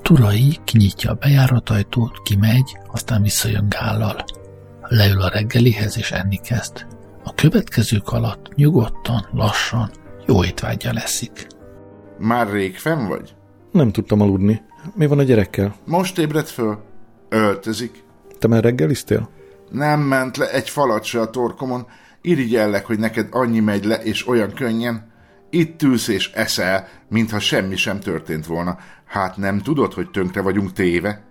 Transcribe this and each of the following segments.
Turai kinyitja a bejáratajtót, kimegy, aztán visszajön Gállal. Leül a reggelihez és enni kezd. A következők alatt nyugodtan, lassan, jó étvágya leszik. Már rég fenn vagy? Nem tudtam aludni. Mi van a gyerekkel? Most ébredt föl. Öltözik. Te már reggeliztél? Nem ment le egy falat se a torkomon. Irigyellek, hogy neked annyi megy le, és olyan könnyen. Itt ülsz és eszel, mintha semmi sem történt volna. Hát nem tudod, hogy tönkre vagyunk téve?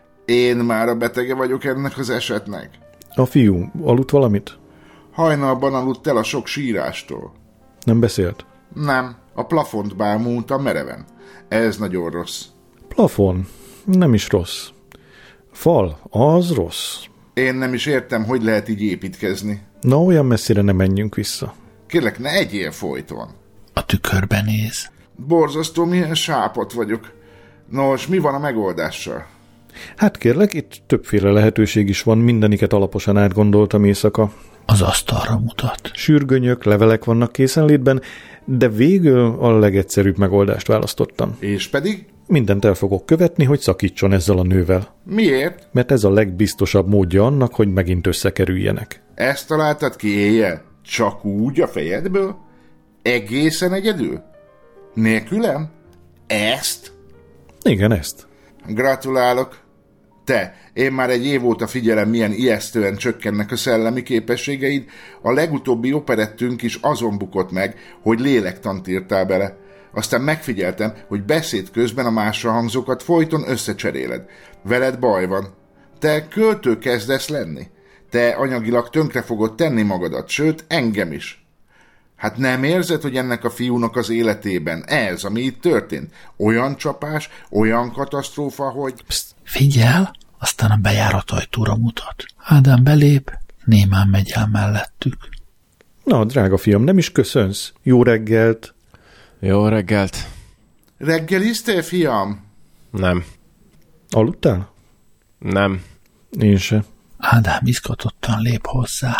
Én már a betege vagyok ennek az esetnek. A fiú aludt valamit? Hajnalban aludt el a sok sírástól. Nem beszélt? Nem, a plafont bámulta mereven. Ez nagyon rossz. Plafon? Nem is rossz. Fal? Az rossz. Én nem is értem, hogy lehet így építkezni. Na, olyan messzire ne menjünk vissza. Kérlek, ne egyél folyton. A tükörbe néz. Borzasztó, milyen sápat vagyok. Nos, mi van a megoldással? Hát kérlek, itt többféle lehetőség is van, mindeniket alaposan átgondoltam éjszaka. Az asztalra mutat. Sürgönyök, levelek vannak készenlétben, de végül a legegyszerűbb megoldást választottam. És pedig? Mindent el fogok követni, hogy szakítson ezzel a nővel. Miért? Mert ez a legbiztosabb módja annak, hogy megint összekerüljenek. Ezt találtad ki éjjel? Csak úgy a fejedből? Egészen egyedül? Nélkülem? Ezt? Igen, ezt. Gratulálok. Te, én már egy év óta figyelem, milyen ijesztően csökkennek a szellemi képességeid. A legutóbbi operettünk is azon bukott meg, hogy lélektant írtál bele. Aztán megfigyeltem, hogy beszéd közben a másra hangzókat folyton összecseréled. Veled baj van. Te költő kezdesz lenni. Te anyagilag tönkre fogod tenni magadat, sőt, engem is. Hát nem érzed, hogy ennek a fiúnak az életében ez, ami itt történt, olyan csapás, olyan katasztrófa, hogy... Pszt, figyel, aztán a bejáratajtóra mutat. Ádám belép, némán megy el mellettük. Na, drága fiam, nem is köszönsz. Jó reggelt. Jó reggelt. Reggeliztél, fiam? Nem. Aludtál? Nem. Én se. Ádám izgatottan lép hozzá.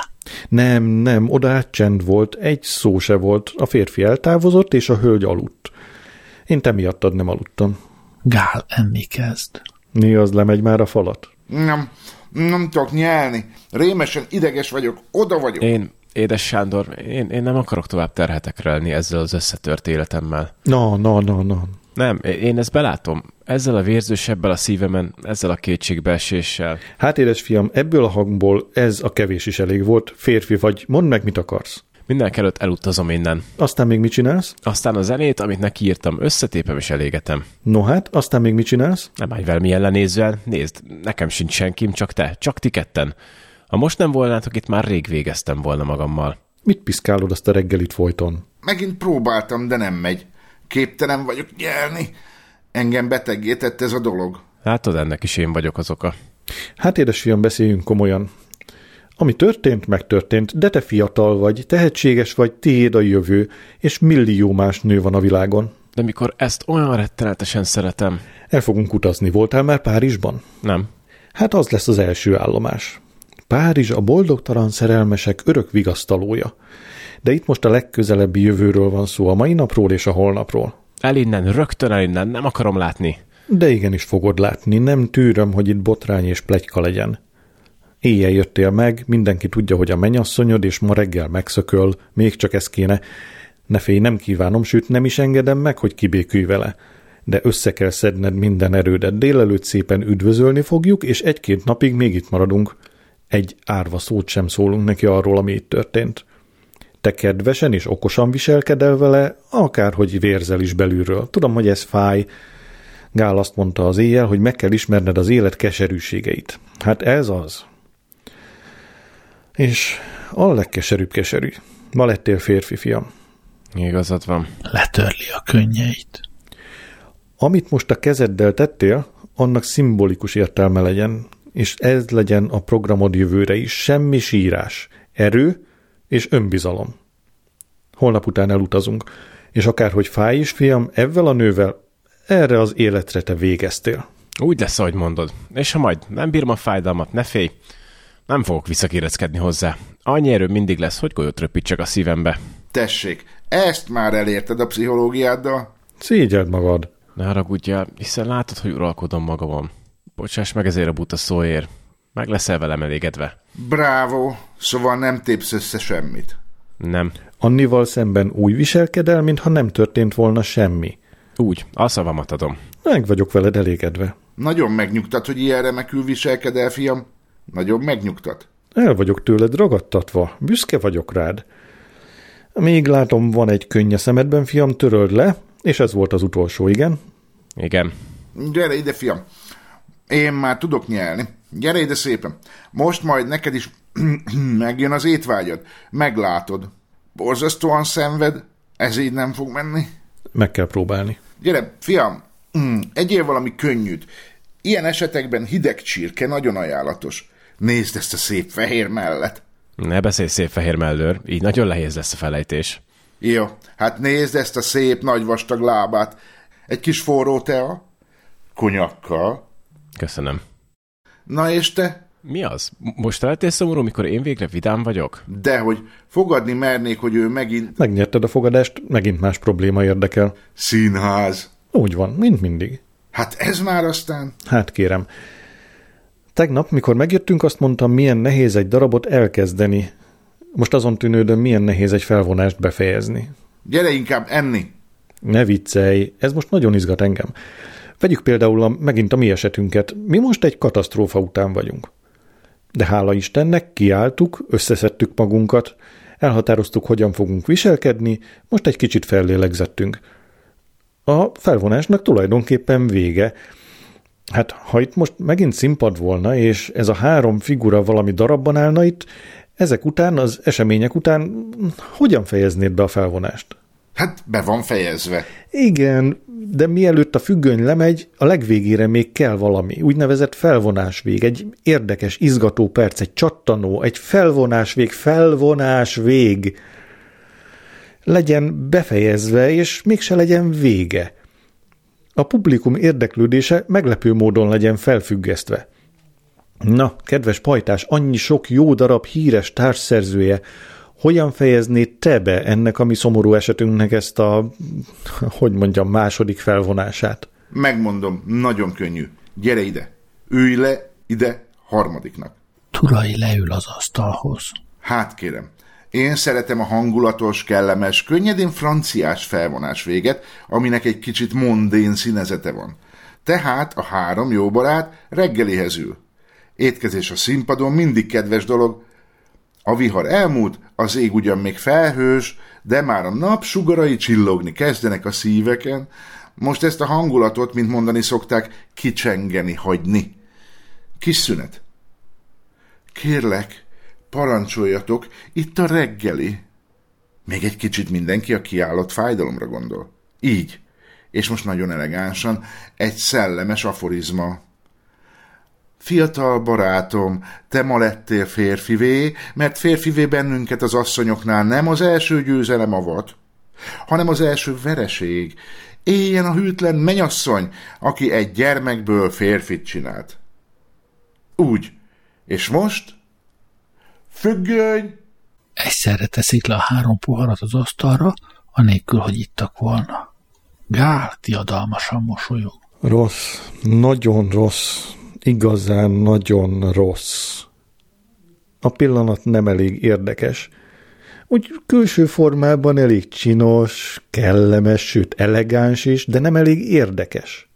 Nem, oda át csend volt, egy szó se volt. A férfi eltávozott, és a hölgy aludt. Én te miattad nem aludtam. Gál enni kezd. Mi az, lemegy már a falat? Nem tudok nyelni. Rémesen ideges vagyok, oda vagyok. Édes Sándor, én nem akarok tovább terhetekre lenni ezzel az összetört életemmel. Na. Nem, én ezt belátom. Ezzel a vérzősebbel a szívemen, ezzel a kétségbeeséssel. Hát édes fiam, ebből a hangból ez a kevés is elég volt. Férfi vagy, mondd meg, mit akarsz. Mindenekelőtt elutazom innen. Aztán még mit csinálsz? Aztán a zenét, amit neki írtam, összetépem és elégetem. No hát, aztán még mit csinálsz? Nem állj velem ilyen lenézzel. Nézd, nekem sincs senkim, csak te, csak ti ketten. Ha most nem volnátok itt, már rég végeztem volna magammal. Mit piszkálod azt a reggelit folyton? Megint próbáltam, de nem megy. Képtelen vagyok nyelni. Engem beteggé tett ez a dolog. Látod, ennek is én vagyok az oka. Hát édes fiam, beszéljünk komolyan. Ami történt, megtörtént, de te fiatal vagy, tehetséges vagy, tiéd a jövő, és millió más nő van a világon. De mikor ezt olyan rettenetesen szeretem... El fogunk utazni. Voltál már Párizsban? Nem. Hát az lesz az első állomás. Párizs a boldogtalan szerelmesek örök vigasztalója. De itt most a legközelebbi jövőről van szó, a mai napról és a holnapról. Rögtön el innen, nem akarom látni. De igenis fogod látni, nem tűröm, hogy itt botrány és pletyka legyen. Éjjel jöttél meg, mindenki tudja, hogy a mennyasszonyod, és ma reggel megszököl, még csak ez kéne. Ne félj, nem kívánom, sőt nem is engedem meg, hogy kibékülj vele. De össze kell szedned minden erődet, délelőtt szépen üdvözölni fogjuk, és 1-2 napig még itt maradunk. Egy árva szót sem szólunk neki arról, ami itt történt. Te kedvesen és okosan viselkedel vele, akárhogy vérzel is belülről. Tudom, hogy ez fáj. Gál azt mondta az éjjel, hogy meg kell ismerned az élet keserűségeit. Hát ez az. És a legkeserűbb keserű. Ma lettél férfi, fiam. Igazad van. Letörli a könnyeit. Amit most a kezeddel tettél, annak szimbolikus értelme legyen, és ez legyen a programod jövőre is. Semmi sírás, erő és önbizalom. Holnap után elutazunk, és akárhogy fáj is, fiam, ezzel a nővel erre az életre te végeztél. Úgy lesz, ahogy mondod. És ha majd nem bírom a fájdalmat, ne félj, nem fogok visszakéreckedni hozzá. Annyi erő mindig lesz, hogy golyót röpítsek a szívembe. Tessék, ezt már elérted a pszichológiáddal? Szégyeld magad. Ne haragudjál, hiszen látod, hogy uralkodom magamon. Bocsáss meg ezért a buta szóért. Meg leszel velem elégedve. Bravo! Szóval nem tépsz össze semmit. Nem. Annival szemben úgy viselkedel, mintha nem történt volna semmi. Úgy, a szavamat adom. Meg vagyok veled elégedve. Nagyon megnyugtat, hogy ilyen remekül viselkedel, fiam. Nagyon megnyugtat. El vagyok tőled ragadtatva, büszke vagyok rád. Még látom, van egy könny a szemedben, fiam, töröld le, és ez volt az utolsó, igen? Igen. Gyere ide, fiam. Én már tudok nyelni. Gyere ide szépen. Most majd neked is megjön az étvágyad. Meglátod. Borzasztóan szenved, ez így nem fog menni. Meg kell próbálni. Gyere, fiam, egyél valami könnyűt. Ilyen esetekben hideg csirke nagyon ajánlatos. Nézd ezt a szép fehér mellet. Ne beszélj szép fehér mellőr, így nagyon nehéz lesz a felejtés. Jó, hát nézd ezt a szép nagy vastag lábát. Egy kis forró tea, konyakkal. Köszönöm. Na és te? Mi az? Most lehetél szomorú, mikor én végre vidám vagyok? Dehogy, fogadni mernék, hogy ő megint... Megnyerted a fogadást, megint más probléma érdekel. Színház. Úgy van, mint mindig. Hát ez már aztán... Hát kérem. Tegnap, mikor megjöttünk, azt mondtam, milyen nehéz egy darabot elkezdeni. Most azon tűnődöm, milyen nehéz egy felvonást befejezni. Gyere inkább enni. Ne viccelj, ez most nagyon izgat engem. Vegyük például megint a mi esetünket. Mi most egy katasztrófa után vagyunk. De hála Istennek kiálltuk, összeszedtük magunkat, elhatároztuk, hogyan fogunk viselkedni, most egy kicsit fellélegzettünk. A felvonásnak tulajdonképpen vége. Hát, ha itt most megint színpad volna, és ez a 3 figura valami darabban állna itt, ezek után, az események után hogyan fejeznéd be a felvonást? Hát be van fejezve. Igen, de mielőtt a függöny lemegy, a legvégére még kell valami, úgynevezett felvonásvég, egy érdekes, izgató perc, egy csattanó, egy felvonásvég. Legyen befejezve, és mégse legyen vége. A publikum érdeklődése meglepő módon legyen felfüggesztve. Na, kedves pajtás, annyi sok jó darab híres társszerzője, hogyan fejeznéd te be ennek a mi szomorú esetünknek ezt a, második felvonását? Megmondom, nagyon könnyű. Gyere ide. Ülj le ide harmadiknak. Turai leül az asztalhoz. Hát kérem, én szeretem a hangulatos, kellemes, könnyedén franciás felvonás véget, aminek egy kicsit mondén színezete van. Tehát a 3 jó barát reggelihez ül. Étkezés a színpadon mindig kedves dolog. A vihar elmúlt, az ég ugyan még felhős, de már a nap sugarai csillogni kezdenek a szíveken. Most ezt a hangulatot, mint mondani szokták, kicsengeni hagyni. Kis szünet. Kérlek, parancsoljatok, itt a reggeli. Még egy kicsit mindenki a kiállott fájdalomra gondol. Így. És most nagyon elegánsan egy szellemes aforizma. Fiatal barátom, te ma lettél férfivé, mert férfivé bennünket az asszonyoknál nem az első győzelem avat, hanem az első vereség. Éljen a hűtlen mennyasszony, aki egy gyermekből férfit csinált. Úgy. És most? Függöny! Egyszerre teszik le a 3 poharat az asztalra, anélkül, hogy ittak volna. Gál diadalmasan mosolyog. Rossz, nagyon rossz, igazán nagyon rossz. A pillanat nem elég érdekes. Úgy külső formában elég csinos, kellemes, sőt elegáns is, de nem elég érdekes.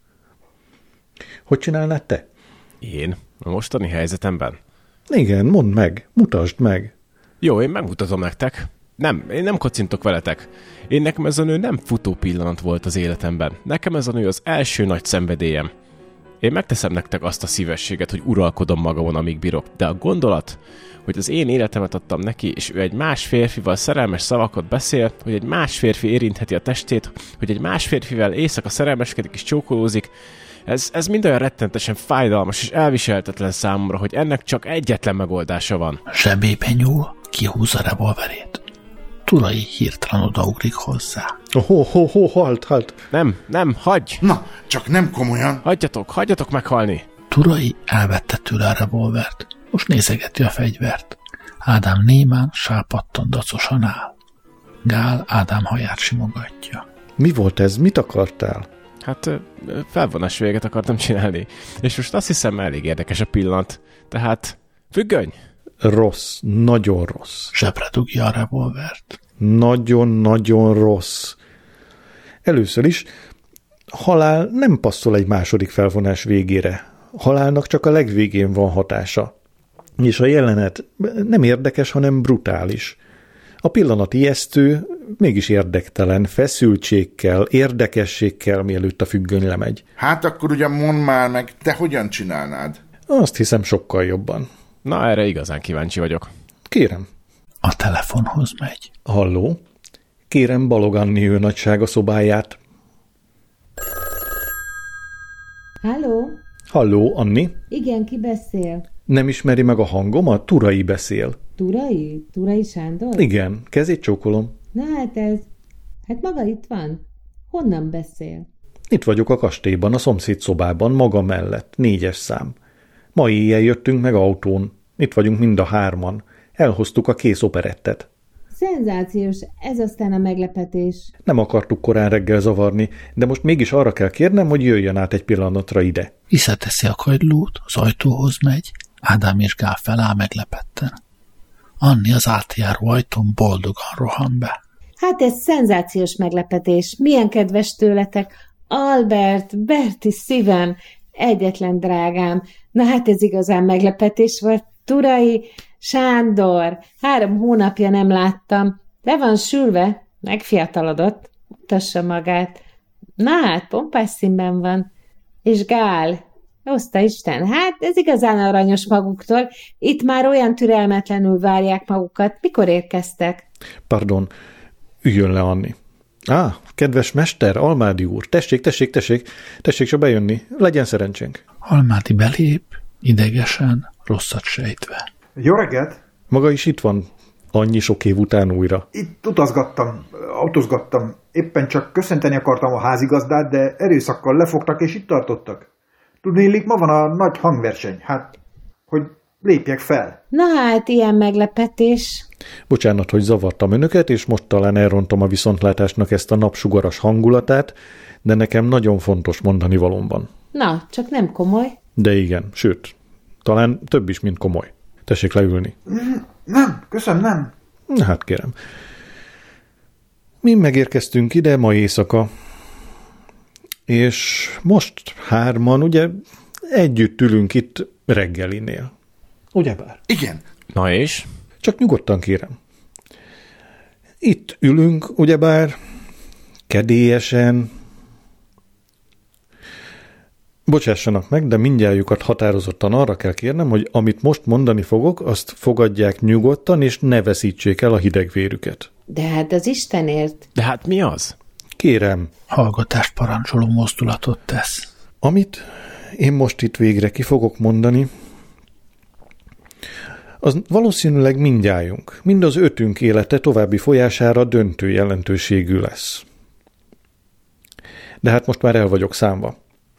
Hogy csinálnád te? Én? A mostani helyzetemben? Igen, mondd meg, mutasd meg. Jó, én megmutatom nektek. Nem, én nem kocintok veletek. Én nekem ez a nő nem futó pillanat volt az életemben. Nekem ez a nő az első nagy szenvedélyem. Én megteszem nektek azt a szívességet, hogy uralkodom magamon, amíg bírok, de a gondolat, hogy az én életemet adtam neki, és ő egy más férfival szerelmes szavakat beszél, hogy egy más férfi érintheti a testét, hogy egy más férfivel éjszaka szerelmeskedik és csókolózik, ez mind olyan rettentesen fájdalmas és elviselhetetlen számomra, hogy ennek csak egyetlen megoldása van. Zsebébe nyúl, kihúzza revolverét. Turai hirtelen odaugrik hozzá. Halt. Nem, hagyj! Na, csak nem komolyan. Hagyjatok meghalni. Turai elvette tőle a revolvert. Most nézegeti a fegyvert. Ádám némán, sápadtan dacosan áll. Gál Ádám haját simogatja. Mi volt ez? Mit akartál? Hát felvonás véget akartam csinálni. És most azt hiszem elég érdekes a pillanat. Tehát függöny? Rossz, nagyon rossz. Zsebre dugja a revolvert. Nagyon-nagyon rossz. Először is, halál nem passzol egy második felvonás végére. Halálnak csak a legvégén van hatása. És a jelenet nem érdekes, hanem brutális. A pillanat ijesztő, mégis érdektelen, feszültségkel, érdekességkel, mielőtt a függöny lemegy. Hát akkor ugyan mondd már meg, te hogyan csinálnád? Azt hiszem sokkal jobban. Na, erre igazán kíváncsi vagyok. Kérem. A telefonhoz megy. Halló? Kérem Balog Anni őnagysága szobáját. Halló? Halló, Anni? Igen, ki beszél? Nem ismeri meg a hangomat? Turai beszél. Turai? Turai Sándor? Igen, kezét csókolom. Na hát maga itt van. Honnan beszél? Itt vagyok a kastélyban, a szomszéd szobában, maga mellett, 4-es szám. Ma éjjel jöttünk meg autón. Itt vagyunk mind a 3-an. Elhoztuk a kész operettet. Szenzációs, ez aztán a meglepetés. Nem akartuk korán reggel zavarni, de most mégis arra kell kérnem, hogy jöjjön át egy pillanatra ide. Visszateszi a kagylót, az ajtóhoz megy, Ádám és Gál feláll meglepetten. Anni az átjáró ajtón boldogan rohan be. Hát ez szenzációs meglepetés. Milyen kedves tőletek. Albert, Berti szívem, egyetlen drágám. Na hát ez igazán meglepetés volt. Turai Sándor, 3 hónapja nem láttam. Le van sülve, megfiatalodott, mutassa magát. Na hát, pompás színben van. És Gál, oszta Isten, hát ez igazán aranyos maguktól. Itt már olyan türelmetlenül várják magukat. Mikor érkeztek? Pardon, üljön le, Anni. Kedves mester, Almádi úr, tessék csak bejönni, legyen szerencsénk. Almádi belép, idegesen, rosszat sejtve. Jó reggelt! Maga is itt van, annyi sok év után újra. Itt utazgattam, autózgattam, éppen csak köszönteni akartam a házigazdát, de erőszakkal lefogtak és itt tartottak. Tudnélik, ma van a nagy hangverseny, hát, hogy lépjek fel. Na hát, ilyen meglepetés. Bocsánat, hogy zavartam önöket, és most talán elrontom a viszontlátásnak ezt a napsugaras hangulatát, de nekem nagyon fontos mondani valóban. Na, csak nem komoly. De igen, sőt, talán több is, mint komoly. Tessék leülni. Nem, köszönöm, nem. Hát kérem. Mi megérkeztünk ide ma éjszaka, és most 3-an, ugye, együtt ülünk itt reggelinél. Ugyebár? Igen. Na és? Csak nyugodtan kérem. Itt ülünk, ugyebár, kedélyesen. Bocsássanak meg, de mindnyájukat határozottan arra kell kérnem, hogy amit most mondani fogok, azt fogadják nyugodtan, és ne veszítsék el a hidegvérüket. De hát az Istenért. De hát mi az? Kérem. Hallgatást parancsoló mozdulatot tesz. Amit én most itt végre ki fogok mondani, az valószínűleg mindnyájunk, mind az 5 élete további folyására döntő jelentőségű lesz. De hát most már el vagyok számva.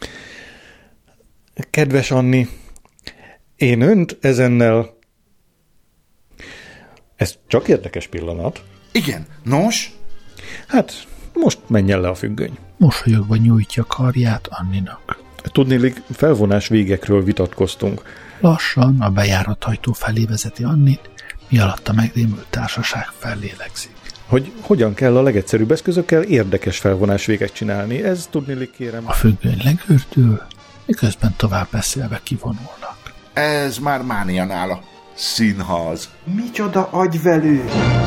Kedves Anni, én önt ezennel... Ez csak érdekes pillanat. Igen, nos? Hát, most menjen le a függöny. Mosolyogva nyújtja karját Anninak. Tudnélik, felvonás végekről vitatkoztunk. Lassan a bejárat ajtó felé vezeti Annit, mi alatt a megrémült társaság fellélegzik. Hogy hogyan kell a legegyszerűbb eszközökkel érdekes felvonás véget csinálni, ez tudnélik, kérem. A függöny legördül, miközben tovább beszélve kivonulnak. Ez már mánia nála. Színház. Micsoda agyvelő!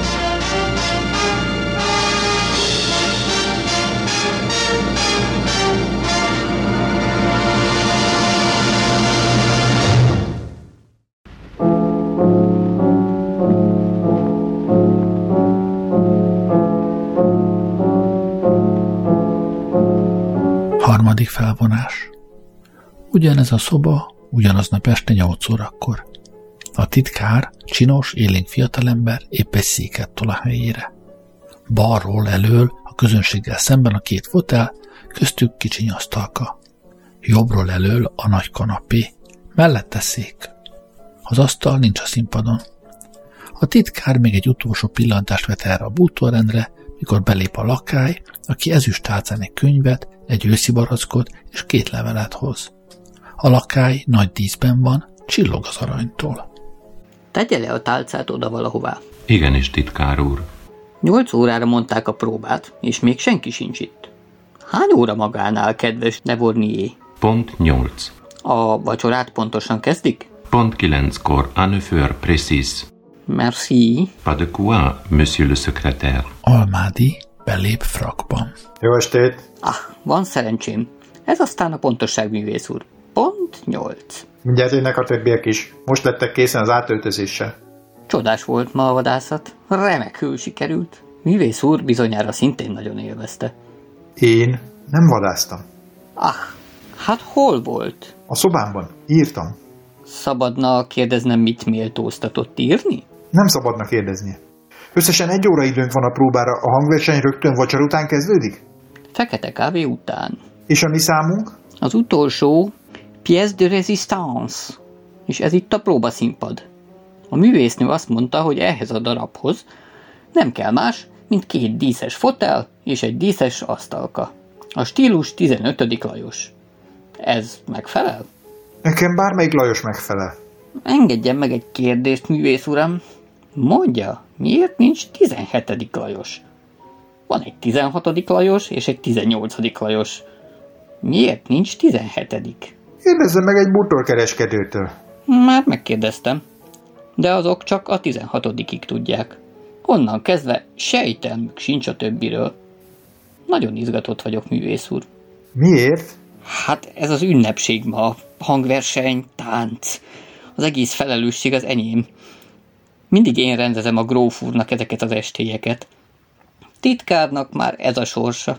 Harmadik felvonás. Ugyanez a szoba, ugyanaznap este 8 órakor. A titkár, csinos, élénk fiatalember épp egy széket tol a helyére. Balról elől, a közönséggel szemben a 2 fotel, köztük kicsi asztalka. Jobbról elől a nagy kanapé, mellette szék. Az asztal nincs a színpadon. A titkár még egy utolsó pillantást vet erre a bútorrendre, mikor belép a lakály, aki ezüst tálcán egy könyvet, egy őszi barackot és 2 levelet hoz. A lakály nagy díszben van, csillog az aranytól. Tegye le a tálcát oda valahová. Igenis, titkár úr. 8 órára mondták a próbát, és még senki sincs itt. Hány óra magánál, kedves Devornié? Pont 8. A vacsorát pontosan kezdik? Pont 9-kor, à 9 heures précise. Merci. Pas de quoi, monsieur le secrétaire. Almádi belép frakban. Jó estét! Van szerencsém. Ez aztán a pontosság, művész úr. Pont 8. Mindjárt jönnek a többiek is. Most lettek készen az átöltözéssel. Csodás volt ma a vadászat. Remekül sikerült. Művész úr bizonyára szintén nagyon élvezte. Én nem vadásztam. Hát hol volt? A szobámban. Írtam. Szabadna kérdeznem, mit méltóztatott írni? Nem szabadna kérdeznie. Összesen 1 óra időnk van a próbára, a hangverseny rögtön vacsora után kezdődik? Fekete kávé után. És a mi számunk? Az utolsó pièce de résistance. És ez itt a próbaszínpad. A művésznő azt mondta, hogy ehhez a darabhoz nem kell más, mint 2 díszes fotel és egy díszes asztalka. A stílus 15. Lajos. Ez megfelel? Nekem bármelyik Lajos megfelel. Engedjen meg egy kérdést, művész uram. Mondja, miért nincs 17. Lajos? Van egy 16. Lajos és egy 18. Lajos. Miért nincs 17? Kérdezze meg egy bútorkereskedőtől. Már megkérdeztem. De azok csak a 16-ig tudják. Onnan kezdve sejtelmük sincs a többiről. Nagyon izgatott vagyok, művész úr. Miért? Hát ez az ünnepség ma. Hangverseny, tánc. Az egész felelősség az enyém. Mindig én rendezem a gróf úrnak ezeket az estélyeket. Titkárnak már ez a sorsa.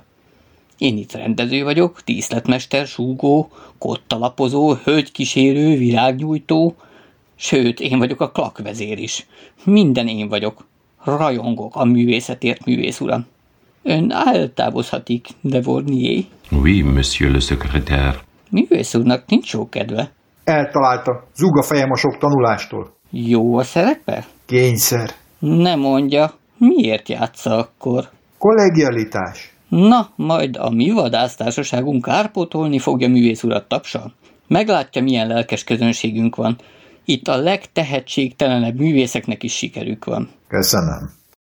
Én itt rendező vagyok, díszletmester, súgó, kottalapozó, hölgykísérő, virágnyújtó, sőt, én vagyok a klakvezér is. Minden én vagyok. Rajongok a művészetért, művész uram. Ön eltávozhatik, Devornié. Oui, monsieur le secrétaire. Művész úrnak nincs jó kedve. Eltalálta. Zúg a fejem a sok tanulástól. Jó a szerepe? Kényszer. Ne mondja, miért játsza akkor? Kollegialitás. Na, majd a mi vadásztársaságunk kárpótolni fogja művész urat tapsal. Meglátja, milyen lelkes közönségünk van. Itt a legtehetségtelenebb művészeknek is sikerük van. Köszönöm.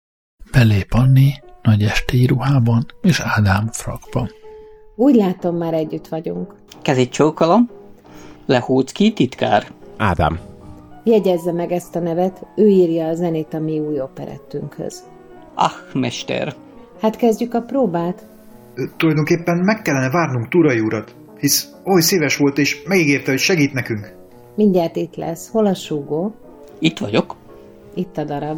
Belép Anni nagy estélyi ruhában és Ádám frakban. Úgy látom, már együtt vagyunk. Kezét csókolom. Lehócki, titkár. Ádám. Jegyezze meg ezt a nevet, ő írja a zenét a mi új operettünkhöz. Mester. Hát kezdjük a próbát? Tulajdonképpen meg kellene várnunk Turai urat, hisz oly szíves volt és megígérte, hogy segít nekünk. Mindjárt itt lesz. Hol a súgó? Itt vagyok. Itt a darab.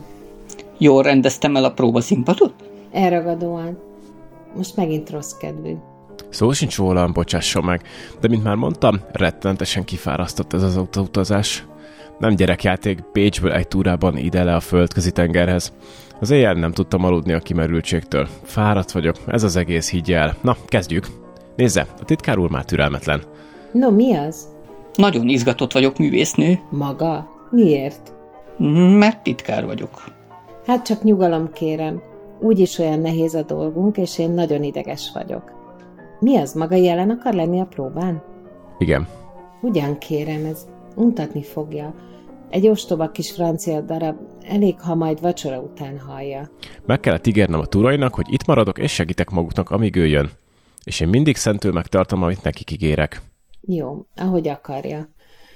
Jól rendeztem el a próbaszínpadot? Elragadóan. Most megint rossz kedvű. Szó sincs róla, bocsásson meg, de mint már mondtam, rettenetesen kifárasztott ez az autóutazás. Nem gyerekjáték Bécsből egy túrában ide le a földközi tengerhez. Az éjjel nem tudtam aludni a kimerültségtől. Fáradt vagyok, ez az egész, higgy el. Na, kezdjük. Nézze, a titkár úr már türelmetlen. No, mi az? Nagyon izgatott vagyok, művésznő. Maga? Miért? Mert titkár vagyok. Hát csak nyugalom kérem. Úgyis olyan nehéz a dolgunk, és én nagyon ideges vagyok. Mi az, maga jelen akar lenni a próbán? Igen. Ugyan kérem, ez untatni fogja. Egy ostoba kis francia darab, elég, ha majd vacsora után hallja. Meg kellett ígérnem a Turainak, hogy itt maradok és segítek maguknak, amíg ő jön. És én mindig szentül megtartom, amit nekik ígérek. Jó, ahogy akarja.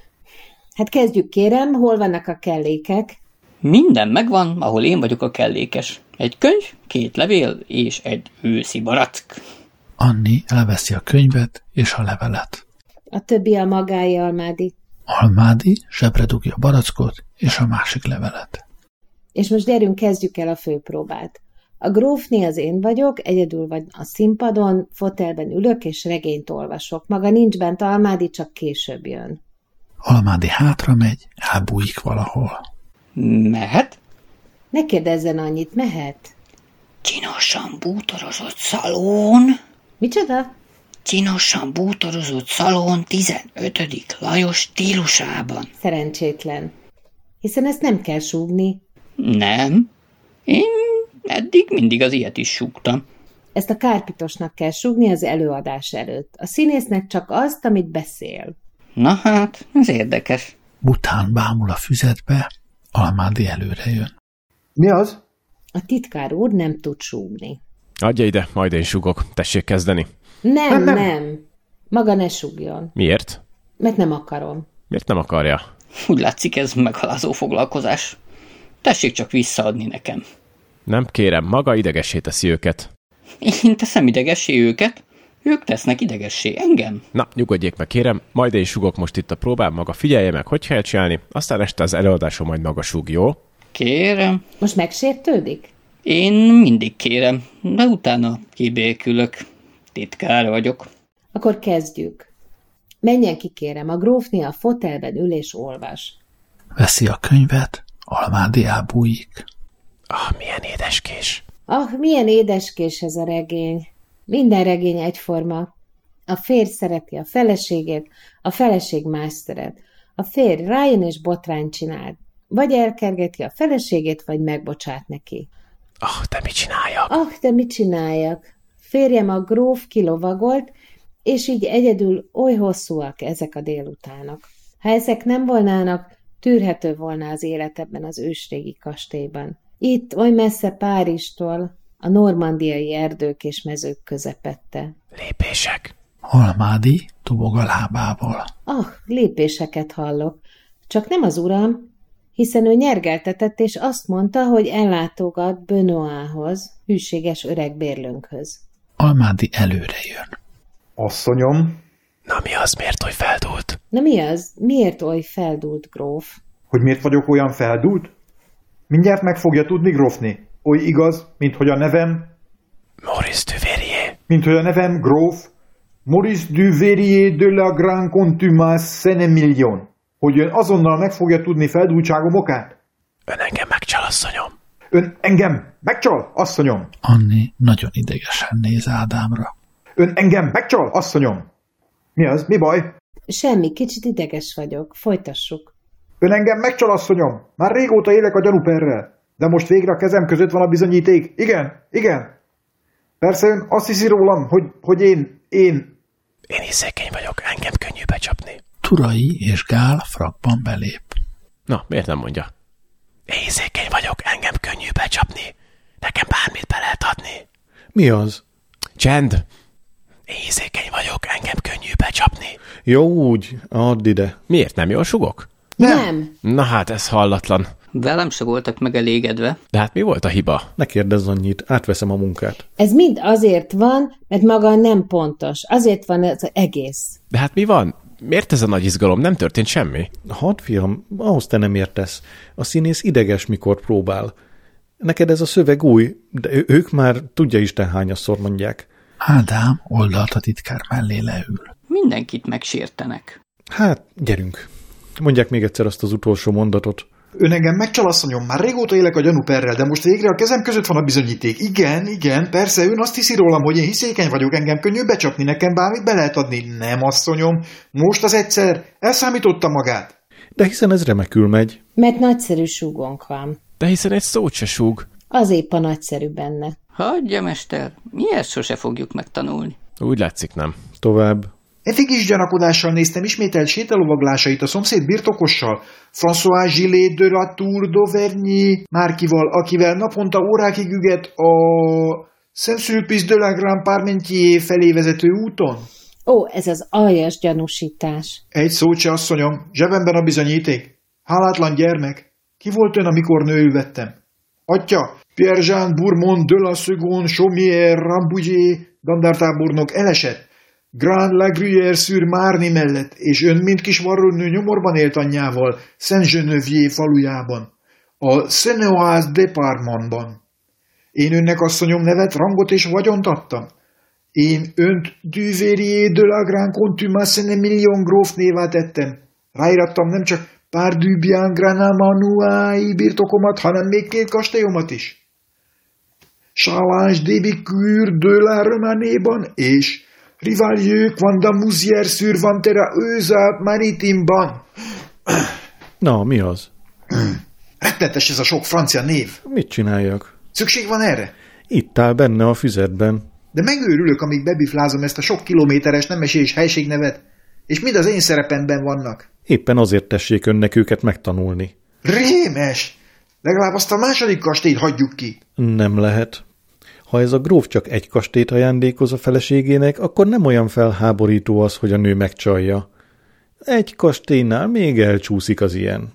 Hát kezdjük, kérem, hol vannak a kellékek? Minden megvan, ahol én vagyok a kellékes. Egy könyv, 2 levél és egy őszi barack. Anni elveszi a könyvet és a levelet. A többi a magáé, Almádi. Almádi zsebre dugja a barackot és a másik levelet. És most gyerünk, kezdjük el a főpróbát. A grófné az én vagyok, egyedül vagy a színpadon, fotelben ülök és regényt olvasok. Maga nincs bent, Almádi csak később jön. Almádi hátra megy, elbújik valahol. Mehet? Ne kérdezzen annyit, mehet? Csinosan bútorozott szalon. Micsoda? Csinosan bútorozott szalon 15. Lajos stílusában. Szerencsétlen. Hiszen ezt nem kell súgni. Nem. Én eddig mindig az ilyet is súgtam. Ezt a kárpitosnak kell súgni az előadás előtt. A színésznek csak azt, amit beszél. Na hát, ez érdekes. Bután bámul a füzetbe, Almádi előre jön. Mi az? A titkár úr nem tud súgni. Adja ide, majd én sugok. Tessék kezdeni. Nem. Maga ne súgjon. Miért? Mert nem akarom. Miért nem akarja? Úgy látszik, ez megalázó foglalkozás. Tessék csak visszaadni nekem. Nem kérem, maga idegessé teszi őket. Én teszem idegessé őket? Ők tesznek idegessé engem? Na, nyugodjék meg, kérem, majd én sugok most itt a próbán, maga figyelje meg, hogy kell csinálni, aztán este az előadáson majd maga súg, jó? Kérem. Most megsértődik? Én mindig kérem, de utána kibékülök. Titkár vagyok. Akkor kezdjük. Menjen ki, kérem, a grófné a fotelben ül és olvas. Veszi a könyvet, Almádi elbújik. Milyen édeskés. Milyen édeskés ez a regény. Minden regény egyforma. A férj szereti a feleségét, a feleség más szeret. A férj rájön és botrányt csinál. Vagy elkergeti a feleségét, vagy megbocsát neki. De mit csináljak? Férjem a gróf kilovagolt, és így egyedül oly hosszúak ezek a délutánok. Ha ezek nem volnának, tűrhető volna az élet ebben az ősrégi kastélyban. Itt, oly messze Párizstól, a normandiai erdők és mezők közepette. Lépések. Almádi tubog a lábával. Lépéseket hallok. Csak nem az uram, hiszen ő nyergeltetett, és azt mondta, hogy ellátogat Benoithoz, hűséges öreg bérlőnkhöz. Almádi előre jön. Asszonyom. Na mi az, miért oly feldúlt? Na mi az? Miért oly feldúlt, gróf? Hogy miért vagyok olyan feldúlt? Mindjárt meg fogja tudni, grófné. Oly igaz, mint hogy a nevem... Maurice Duveyrier. Mint hogy a nevem gróf Maurice Duveyrier de la Grande Contumace Sénémillon. Hogy ön azonnal meg fogja tudni feldúltságom okát? Ön engem megcsal, asszonyom. Ön engem megcsal, asszonyom. Anni nagyon idegesen néz Ádámra. Ön engem megcsal, asszonyom. Mi az? Mi baj? Semmi, kicsit ideges vagyok. Folytassuk. Ön engem megcsal, asszonyom. Már régóta élek a gyanúperrel. De most végre a kezem között van a bizonyíték. Igen. Persze ön azt hiszi rólam, hogy én... Én érzékeny vagyok, engem könnyű becsapni. Turai és Gál frakban belép. Na, miért nem mondja? Érzékeny vagyok, engem könnyű becsapni. Nekem bármit be lehet adni. Mi az? Csend! Érzékeny vagyok, engem könnyű becsapni. Jó úgy, add ide. Miért nem jól sugok? Nem. Na hát, ez hallatlan. Velem se voltak megelégedve. De hát mi volt a hiba? Ne kérdezz annyit, átveszem a munkát. Ez mind azért van, mert maga nem pontos. Azért van ez egész. De hát mi van? Miért ez a nagy izgalom? Nem történt semmi. Hadd, fiam, ahhoz te nem értesz. A színész ideges, mikor próbál. Neked ez a szöveg új, de ők már tudja Isten hányasszor mondják. Ádám oldalt a titkár mellé leül. Mindenkit megsértenek. Hát, gyerünk. Mondják még egyszer azt az utolsó mondatot. Ön engem megcsal, asszonyom, már régóta élek a gyanúperrel, de most végre a kezem között van a bizonyíték. Igen, persze, ön azt hiszi rólam, hogy én hiszékeny vagyok, engem könnyű becsapni, nekem bármit be lehet adni. Nem, asszonyom, most az egyszer, elszámította magát. De hiszen ez remekül megy. Mert nagyszerű súgónk van. De hiszen egy szót se súg. Az épp a nagyszerű benne. Hagyja, mester, mi ezt sose fogjuk megtanulni. Úgy látszik, nem. Tovább. Eddig is gyanakodással néztem ismételt sétalovaglásait a szomszéd birtokossal, François Gillet de la Tour d'Auvergne Márkival, akivel naponta órákig üget a Saint-Sulpice de la Grande Parmentier felé vezető úton. Ez az aljas gyanúsítás. Egy szót se, asszonyom, zsebemben a bizonyíték. Hálátlan gyermek. Ki volt ön, amikor nőül vettem? Atya, Pierre-Jean Bourmont de la Seconde Chaumière Rambouillet dandártábornok elesett Grand La Gruyère-sur-Marne mellett, és ön, mint kis varrónő nyomorban élt anyjával, Saint-Geneviève falujában, a Seine-Oise Departmentban. Én önnek, asszonyom, nevet, rangot és vagyont adtam. Én önt Duveyrier de la Grande Contumace Sénémillon grófnévá tettem. Ráírattam nem csak Pardubian Granamanoai birtokomat, hanem még 2 kastélyomat is. Challenge de Bécure de la Romanéban és Rivalieux Vanda Mousière-sur-Vantera Őzát Maritimban. Na, mi az? Rettenetes ez a sok francia név. Mit csináljak? Szükség van erre? Itt áll benne a füzetben. De megőrülök, amíg bebiflázom ezt a sok kilométeres nemesés helységnevet, és mind az én szerepemben vannak. Éppen azért tessék önnek őket megtanulni. Rémes! Legalább azt a második kastélyt hagyjuk ki. Nem lehet. Ha ez a gróf csak egy kastélyt ajándékoz a feleségének, akkor nem olyan felháborító az, hogy a nő megcsalja. Egy kastélynál még elcsúszik az ilyen.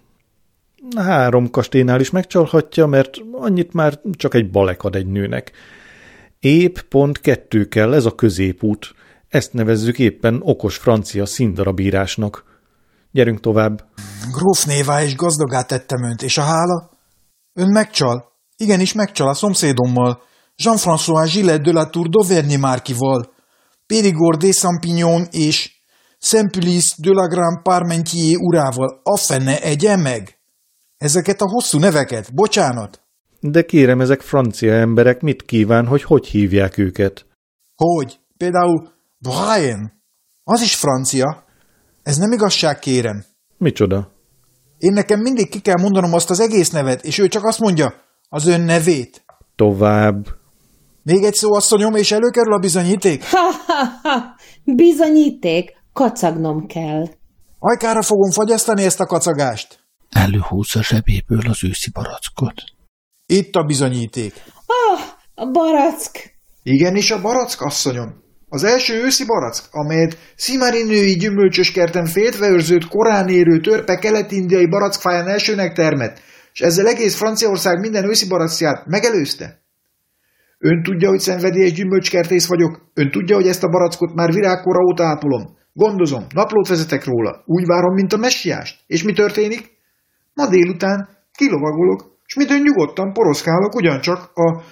3 kastélynál is megcsalhatja, mert annyit már csak egy balek ad egy nőnek. Épp pont 2 kell, ez a középút. Ezt nevezzük éppen okos francia színdarabírásnak. Gyerünk tovább. Grófnévá és gazdagá tettem önt, és a hála? Ön megcsal. Igenis megcsal a szomszédommal. Jean-François Gillet de la Tour d'Auvergne Márkival. Périgord des Champignons és Saint-Pulis de la Grand Parmentier urával. A fene egye meg! Ezeket a hosszú neveket, bocsánat. De kérem, ezek francia emberek, mit kíván, hogy hívják őket? Hogy? Például Brian. Az is francia. Ez nem igazság, kérem. Micsoda? Én nekem mindig ki kell mondanom azt az egész nevet, és ő csak azt mondja, az ön nevét. Tovább. Még egy szó, asszonyom, és előkerül a bizonyíték? Ha! Bizonyíték? Kacagnom kell. Ajkára fogom fagyasztani ezt a kacagást. Előhúzza zsebéből az őszi barackot. Itt a bizonyíték. A barack! Igenis a barack, asszonyom. Az első őszi barack, amelyet szimarinői gyümölcsös kerten féltve őrzött, korán érő törpe kelet-indiai barackfáján elsőnek termett, és ezzel egész Franciaország minden őszi barackját megelőzte. Ön tudja, hogy szenvedélyes gyümölcskertész vagyok, ön tudja, hogy ezt a barackot már virágkora óta ápolom. Gondozom, naplót vezetek róla, úgy várom, mint a messiást. És mi történik? Ma délután kilovagolok, és midőn nyugodtan poroszkálok ugyancsak a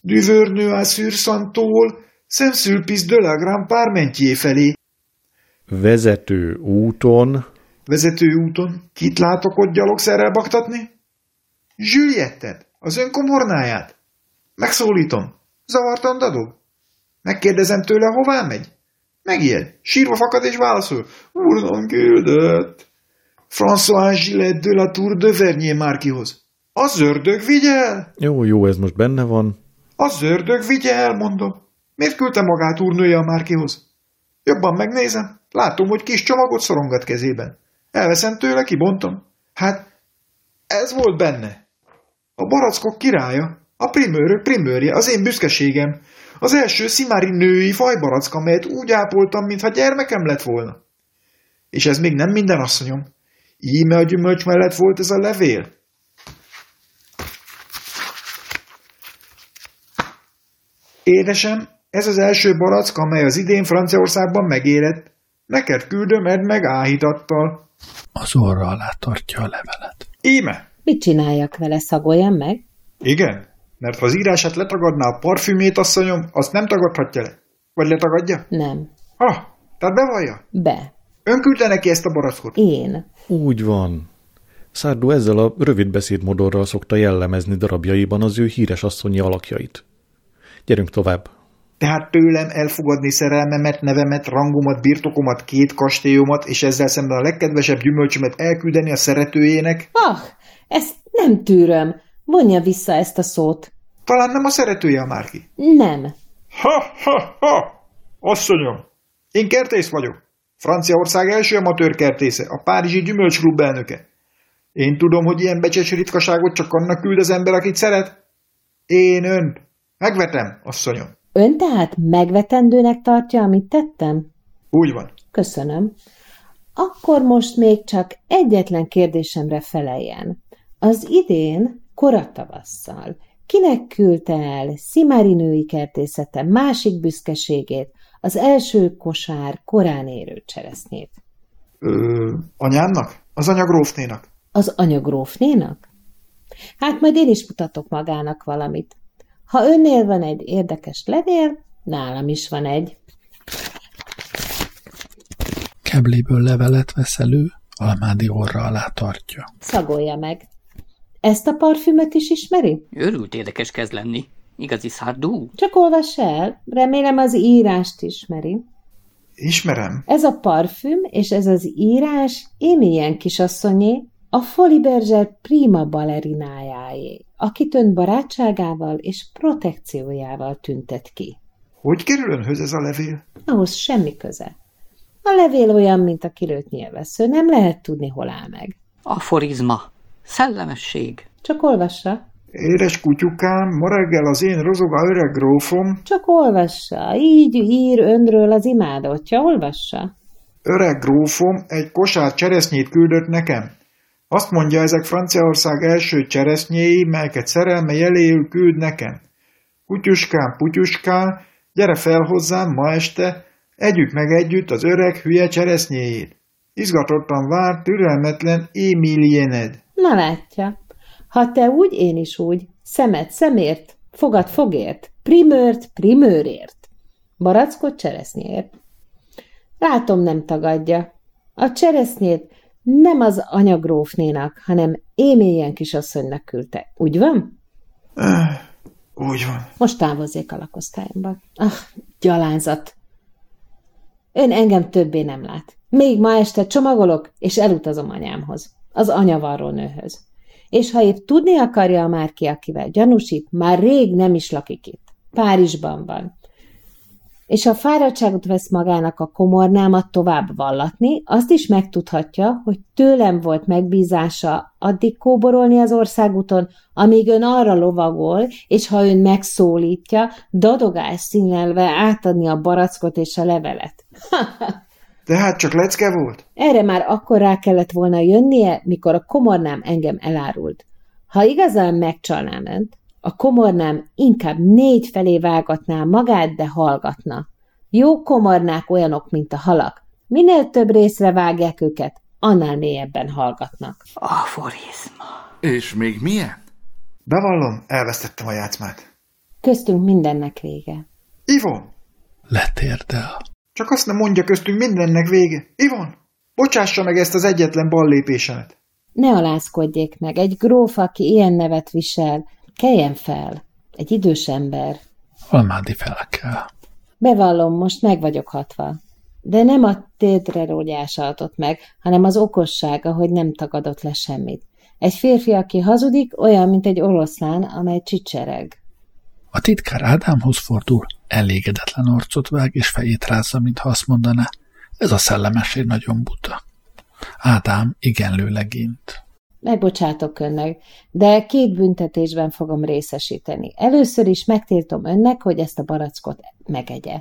Duvernay-sur-Santól Saint-Sulpice de la Grand Parmentier felé. Vezető úton? Vezető úton? Kit látok ott gyalogszerrel baktatni? Juliettet, az ön komornáját. Megszólítom. Zavartan dadog? Megkérdezem tőle, hová megy? Megijed, sírva fakad és válaszol. Úrnom küldött. François Gillet de la Tour d'Auvergne Márkihoz. Az ördög vigye el! Jó, ez most benne van. Az ördög vigye el, mondom. Miért küldte magát úrnője a Márkihoz? Jobban megnézem. Látom, hogy kis csomagot szorongat kezében. Elveszem tőle, kibontom. Hát, ez volt benne. A barackok királya, a primőrök primőrje, az én büszkeségem. Az első szimári női fajbarack, amelyet úgy ápoltam, mintha gyermekem lett volna. És ez még nem minden, asszonyom. Íme a gyümölcs mellett volt ez a levél. Édesem, ez az első barack, amely az idén Franciaországban megérett. Neked küldöm, edd meg áhítattal. Az orra alá tartja a levelet. Íme. Mit csináljak vele, szagoljam meg? Igen, mert ha az írását letagadná a parfümét, asszonyom, azt nem tagadhatja le. Vagy letagadja? Nem. Tehát bevallja? Be. Ön küldte neki ezt a barackot? Én. Úgy van. Sardou ezzel a rövid beszédmodorral szokta jellemezni darabjaiban az ő híres asszonyi alakjait. Gyerünk tovább. Tehát tőlem elfogadni szerelmemet, nevemet, rangomat, birtokomat, 2 kastélyomat, és ezzel szemben a legkedvesebb gyümölcsömet elküldeni a szeretőjének? Ezt nem tűröm. Vonja vissza ezt a szót. Talán nem a szeretője a Márki? Nem. Ha! Asszonyom, én kertész vagyok. Franciaország első amatőr kertésze, a Párizsi Gyümölcsklub elnöke. Én tudom, hogy ilyen becses ritkaságot csak annak küld az ember, akit szeret. Én önt megvetem, asszonyom. Ön tehát megvetendőnek tartja, amit tettem? Úgy van. Köszönöm. Akkor most még csak egyetlen kérdésemre feleljen. Az idén, koratavasszal, kinek küldte el szimárinői kertészete másik büszkeségét, az első kosár korán érő cseresznyét? Anyámnak? Az anyagrófnénak? Az anyagrófnénak? Hát majd én is mutatok magának valamit. Ha önnél van egy érdekes levél, nálam is van egy. Kebléből levelet vesz elő, Almádi orra alá tartja. Szagolja meg. Ezt a parfümöt is ismeri? Őrült érdekes kezd lenni. Igazi Sardou. Csak olvass el, remélem az írást ismeri. Ismerem. Ez a parfüm és ez az írás Émilyen kisasszonyé, a Folies Bergère prima ballerinájáé, akit ön barátságával és protekciójával tüntet ki. Hogy kerül önhöz ez a levél? Ahhoz semmi köze. A levél olyan, mint a kilőtt nyilvessző, nem lehet tudni, hol áll meg. Aforizma. Szellemesség. Csak olvassa. Édes kutyukám, ma reggel az én rozoga öreg grófom. Csak olvassa. Így ír önről az imádottja. Olvassa. Öreg grófom egy kosár cseresznyét küldött nekem. Azt mondja, ezek Franciaország első cseresznyéi, melyeket szerelme jeléül küld nekem. Kutyuskám, putyuskám, gyere fel hozzám ma este, együk meg együtt az öreg hülye cseresznyéjét. Izgatottan vár türelmetlen Émiliened. Na látja. Ha te úgy, én is úgy. Szemed szemért, fogad fogért, primőrt primőrért. Barackot cseresznyéért. Látom, nem tagadja. A cseresznyét nem az anyagrófnénak, hanem Émilien kisasszonynak küldte. Úgy van? Úgy van. Most távozzék a lakosztályomba. Gyalázat. Ön engem többé nem lát. Még ma este csomagolok, és elutazom anyámhoz. Az anyavarrónőhöz. És ha épp tudni akarja a Márki, akivel gyanúsít, már rég nem is lakik itt. Párizsban van. És ha fáradtságot vesz magának a komornámat tovább vallatni, azt is megtudhatja, hogy tőlem volt megbízása addig kóborolni az országúton, amíg ön arra lovagol, és ha ön megszólítja, dadogás színelve átadni a barackot és a levelet. Tehát csak lecke volt? Erre már akkor rá kellett volna jönnie, mikor a komornám engem elárult. Ha igazán megcsalnám önt, a komornám inkább 4 felé vágatná magát, de hallgatna. Jó komornák olyanok, mint a halak. Minél több részre vágják őket, annál mélyebben hallgatnak. Aforizma. És még milyen? Bevallom, elvesztettem a játszmát. Köztünk mindennek vége. Ivon! Letérdel. Csak azt nem mondja, köztünk mindennek vége. Ivon! Bocsássa meg ezt az egyetlen ballépésemet. Ne alázkodjék meg, egy gróf, aki ilyen nevet visel, keljen fel. Egy idős ember. Almádi fel kell. Bevallom, most meg vagyok hatva. De nem a tétre rógyása adott meg, hanem az okossága, hogy nem tagadott le semmit. Egy férfi, aki hazudik, olyan, mint egy oroszlán, amely csicsereg. A titkár Ádámhoz fordul, elégedetlen arcot vág, és fejét rázza, mintha azt mondaná, ez a szellemesség nagyon buta. Ádám igenlő legényt. Megbocsátok önnek, de 2 büntetésben fogom részesíteni. Először is megtiltom önnek, hogy ezt a barackot megegye.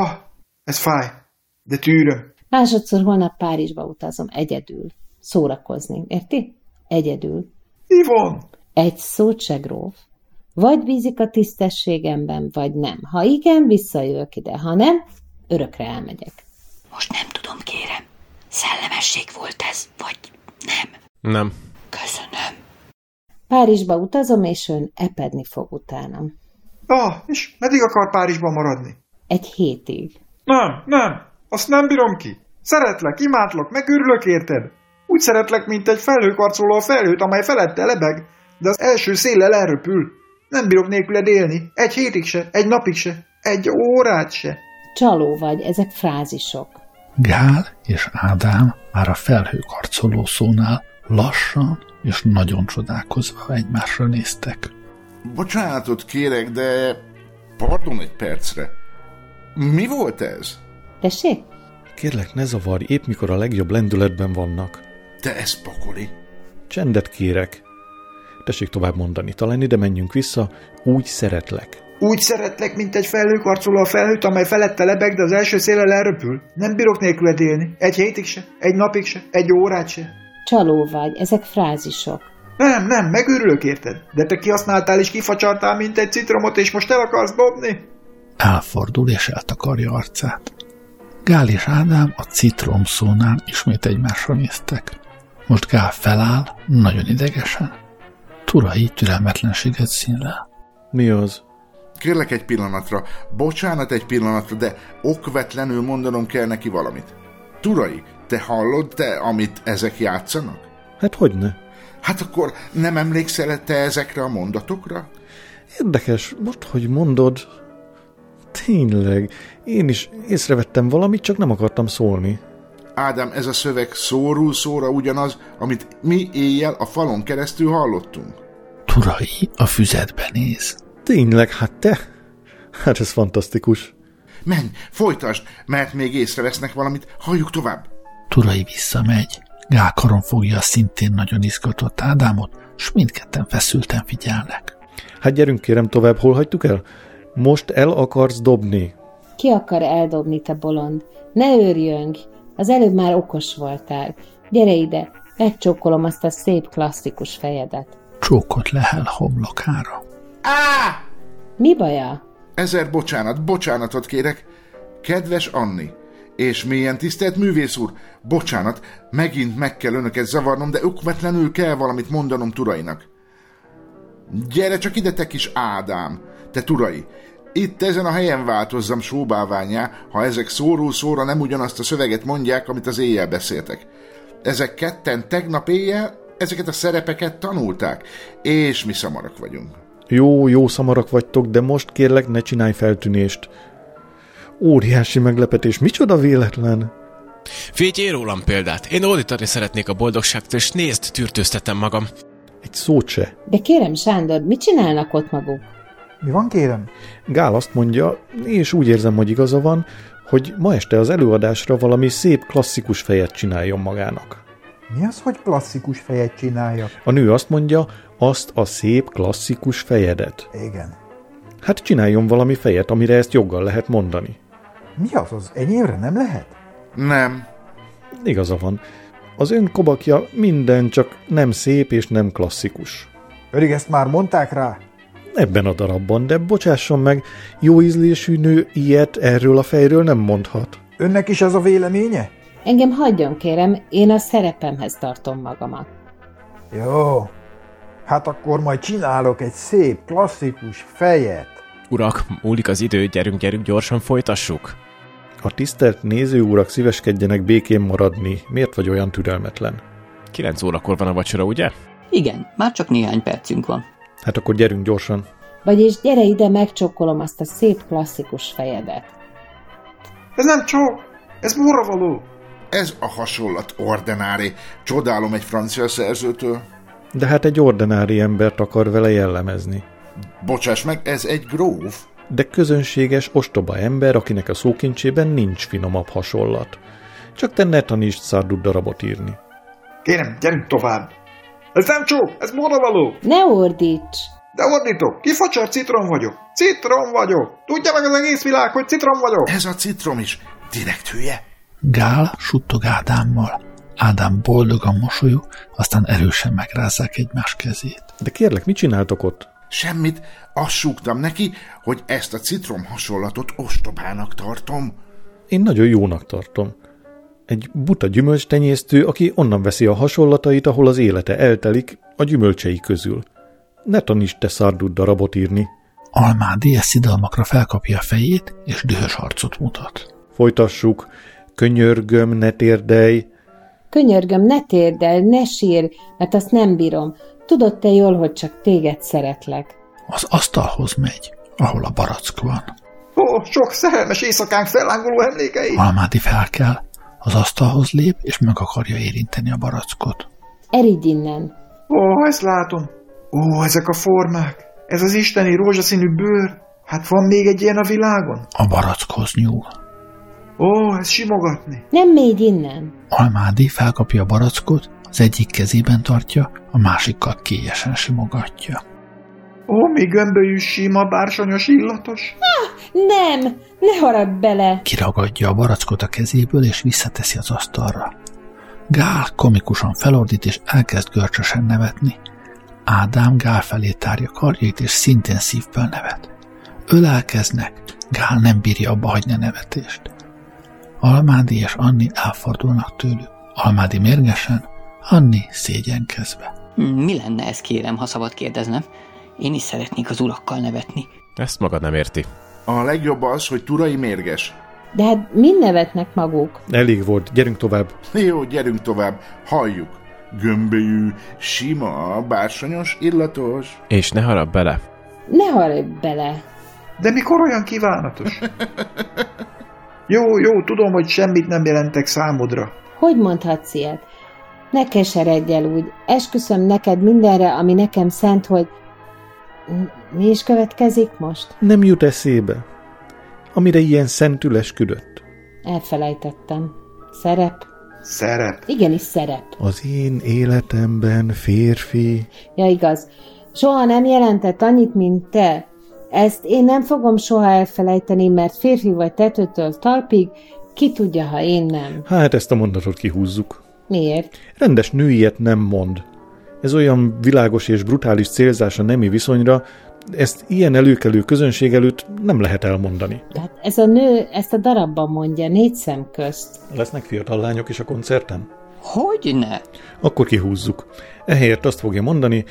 Ez fáj, de tűröm. Másodszor holnap Párizsba utazom egyedül. Szórakozni, érti? Egyedül. Ivon! Egy szót se, gróf. Vagy bízik a tisztességemben, vagy nem. Ha igen, visszajövök ide, ha nem, örökre elmegyek. Most nem tudom, kérem. Szellemesség volt ez, vagy nem? Nem. Köszönöm. Párizsba utazom, és ön epedni fog utánam. És meddig akar Párizsban maradni? 1 hétig. Nem, azt nem bírom ki. Szeretlek, imádlak, megőrülök érted. Úgy szeretlek, mint egy felhőkarcoló a felhőt, amely felette lebeg, de az első széllel elröpül. Nem bírok nélküled élni. 1 hétig se, 1 napig se, 1 órát se. Csaló vagy, ezek frázisok. Gál és Ádám már a felhőkarcoló szónál lassan és nagyon csodálkozva egymásra néztek. Bocsánatot kérek, de... Pardon egy percre. Mi volt ez? Tessék? Kérlek, ne zavarj, épp mikor a legjobb lendületben vannak. De ez pokoli. Csendet kérek. Tessék tovább mondani, talán ide menjünk vissza, úgy szeretlek. Úgy szeretlek, mint egy felhőkarcoló a felhőt, amely felette lebeg, de az első széllel elröpül. Nem bírok nélküled élni. 1 hétig se, 1 napig se, 1 órát se. Csaló vagy, ezek frázisok. Nem, megőrülök érted. De te kihasználtál és kifacsartál, mint egy citromot, és most el akarsz dobni? Elfordul és eltakarja arcát. Gál és Ádám a citrom szónál ismét egymásra néztek. Most Gál feláll, nagyon idegesen. Turai türelmetlenséget színlel. Mi az? Kérlek egy pillanatra, bocsánat egy pillanatra, de okvetlenül mondanom kell neki valamit. Turai, te hallod, amit ezek játszanak? Hát hogyne? Hát akkor nem emlékszel te ezekre a mondatokra? Érdekes, most, hogy mondod... Tényleg, én is észrevettem valamit, csak nem akartam szólni. Ádám, ez a szöveg szóról szóra ugyanaz, amit mi éjjel a falon keresztül hallottunk. Turai a füzetbe néz. Tényleg, hát te? Hát ez fantasztikus. menj, folytasd, mert még észrevesznek valamit, halljuk tovább. Turay visszamegy. Gál karon fogja a szintén nagyon izgatott Ádámot, s mindketten feszülten figyelnek. Hát gyerünk kérem tovább, hol hagytuk el? Most el akarsz dobni. Ki akar eldobni, te bolond? Ne őrjöngj! Az előbb már okos voltál. Gyere ide, megcsókolom azt a szép klasszikus fejedet. Csókot lehel homlokára. Á! Mi baja? 1000 bocsánatot kérek. Kedves Anni, és mélyen tisztelt művész úr, bocsánat, megint meg kell önöket zavarnom, de okvetlenül kell valamit mondanom Turaynak. Gyere csak ide, te kis Ádám, te Turay. Itt ezen a helyen változzam sóbálványá, ha ezek szóról szóra nem ugyanazt a szöveget mondják, amit az éjjel beszéltek. Ezek ketten tegnap éjjel ezeket a szerepeket tanulták, és mi szamarak vagyunk. Jó szamarak vagytok, de most kérlek, ne csinálj feltűnést. Óriási meglepetés, micsoda véletlen. Vigyél rólam példát. Én ordítani szeretnék a boldogságtól, és nézd, tűrtőztetem magam. Egy szót se. De kérem, Sándor, mit csinálnak ott maguk? Mi van, kérem? Gál azt mondja, és úgy érzem, hogy igaza van, hogy ma este az előadásra valami szép klasszikus fejet csináljon magának. Mi az, hogy klasszikus fejet csinálja? A nő azt mondja, azt a szép klasszikus fejedet. Igen. Hát csináljon valami fejet, amire ezt joggal lehet mondani. Mi az enyémre nem lehet? Nem. Igaza van. Az ön kobakja minden, csak nem szép és nem klasszikus. Pedig ezt már mondták rá? Ebben a darabban, de bocsásson meg, jó ízlésű nő ilyet erről a fejről nem mondhat. Önnek is ez a véleménye? Engem hagyjon, kérem, én a szerepemhez tartom magamat. Jó. Hát akkor majd csinálok egy szép, klasszikus fejet. Urak, múlik az idő, gyerünk, gyorsan folytassuk. A tisztelt nézőurak szíveskedjenek békén maradni. Miért vagy olyan türelmetlen? 9 órakor van a vacsora, ugye? Igen, már csak néhány percünk van. Hát akkor gyerünk gyorsan. Vagyis gyere ide, megcsókolom azt a szép klasszikus fejedet. Ez nem csók, ez borravaló. Ez a hasonlat ordinári. Csodálom egy francia szerzőtől. De hát egy ordinári embert akar vele jellemezni. Bocsáss meg, ez egy gróf. De közönséges, ostoba ember, akinek a szókincsében nincs finomabb hasonlat. Csak te ne tanítsd Sardou darabot írni. Kérem, gyerünk tovább. Ez nem csók, ez borravaló. Ne ordíts! De ordítok, kifacsar citrom vagyok. Citrom vagyok. Tudja meg az egész világ, hogy citrom vagyok. Ez a citrom is. Direkt hülye. Gál suttog Ádámmal. Ádám boldogan mosolyog, aztán erősen megrázzák egymás kezét. De kérlek, mit csináltok ott? Semmit, azt súgtam neki, hogy ezt a citrom hasonlatot ostobának tartom. Én nagyon jónak tartom. Egy buta gyümölcstenyésztő, aki onnan veszi a hasonlatait, ahol az élete eltelik, a gyümölcsei közül. Ne tanítsd te Sardou darabot írni. Almádi a szidalmakra felkapja a fejét, és dühös arcot mutat. Folytassuk. Könyörgöm, ne térdelj. Könyörgöm, ne térdelj, ne sírj, mert azt nem bírom. Tudod te jól, hogy csak téged szeretlek. Az asztalhoz megy, ahol a barack van. Ó, sok szerelmes éjszakánk fellángoló emlékei. Almádi felkel, az asztalhoz lép, és meg akarja érinteni a barackot. Eridj innen. Ó, ezt látom. Ó, ezek a formák. Ez az isteni rózsaszínű bőr. Hát van még egy ilyen a világon? A barackhoz nyúl. Ó, ez simogatni. Nem mégy innen. Almádi felkapja a barackot, az egyik kezében tartja, a másikkal kélyesen simogatja. Ó, mi gömbölyű, sima, bársonyos, illatos. Nem, ne haragd bele. Kiragadja a barackot a kezéből, és visszateszi az asztalra. Gál komikusan felordít, és elkezd görcsösen nevetni. Ádám Gál felé tárja karjait, és szintén szívből nevet. Ölelkeznek, Gál nem bírja abba hagyni a nevetést. Almádi és Anni elfordulnak tőlük. Almádi mérgesen, Anni szégyenkezve. Mi lenne ez, kérem, ha szabad kérdeznem? Én is szeretnék az urakkal nevetni. Ezt magad nem érti. A legjobb az, hogy Turay mérges. De hát mind nevetnek maguk. Elég volt, gyerünk tovább. Jó, gyerünk tovább, halljuk. Gömbölyű, sima, bársonyos, illatos. És ne harap bele. Ne haragudj bele. De mikor olyan kívánatos? Jó, tudom, hogy semmit nem jelentek számodra. Hogy mondhatsz ilyet? Ne keseredj el úgy. Esküszöm neked mindenre, ami nekem szent, hogy... Mi is következik most? Nem jut eszébe. amire ilyen szentül esküdött? Elfelejtettem. Szerep? Szerep. Igenis szerep. Az én életemben férfi... Ja, igaz. Soha nem jelentett annyit, mint te. Ezt én nem fogom soha elfelejteni, mert férfi vagy tetőtől talpig, ki tudja, ha én nem. Hát ezt a mondatot kihúzzuk. Miért? Rendes nő ilyet nem mond. Ez olyan világos és brutális célzás a nemi viszonyra, ezt ilyen előkelő közönség előtt nem lehet elmondani. Hát ez a nő ezt a darabban mondja, 4 szem közt. Lesznek fiatal lányok is a koncerten? Hogyne? Akkor kihúzzuk. Ehelyett azt fogja mondani,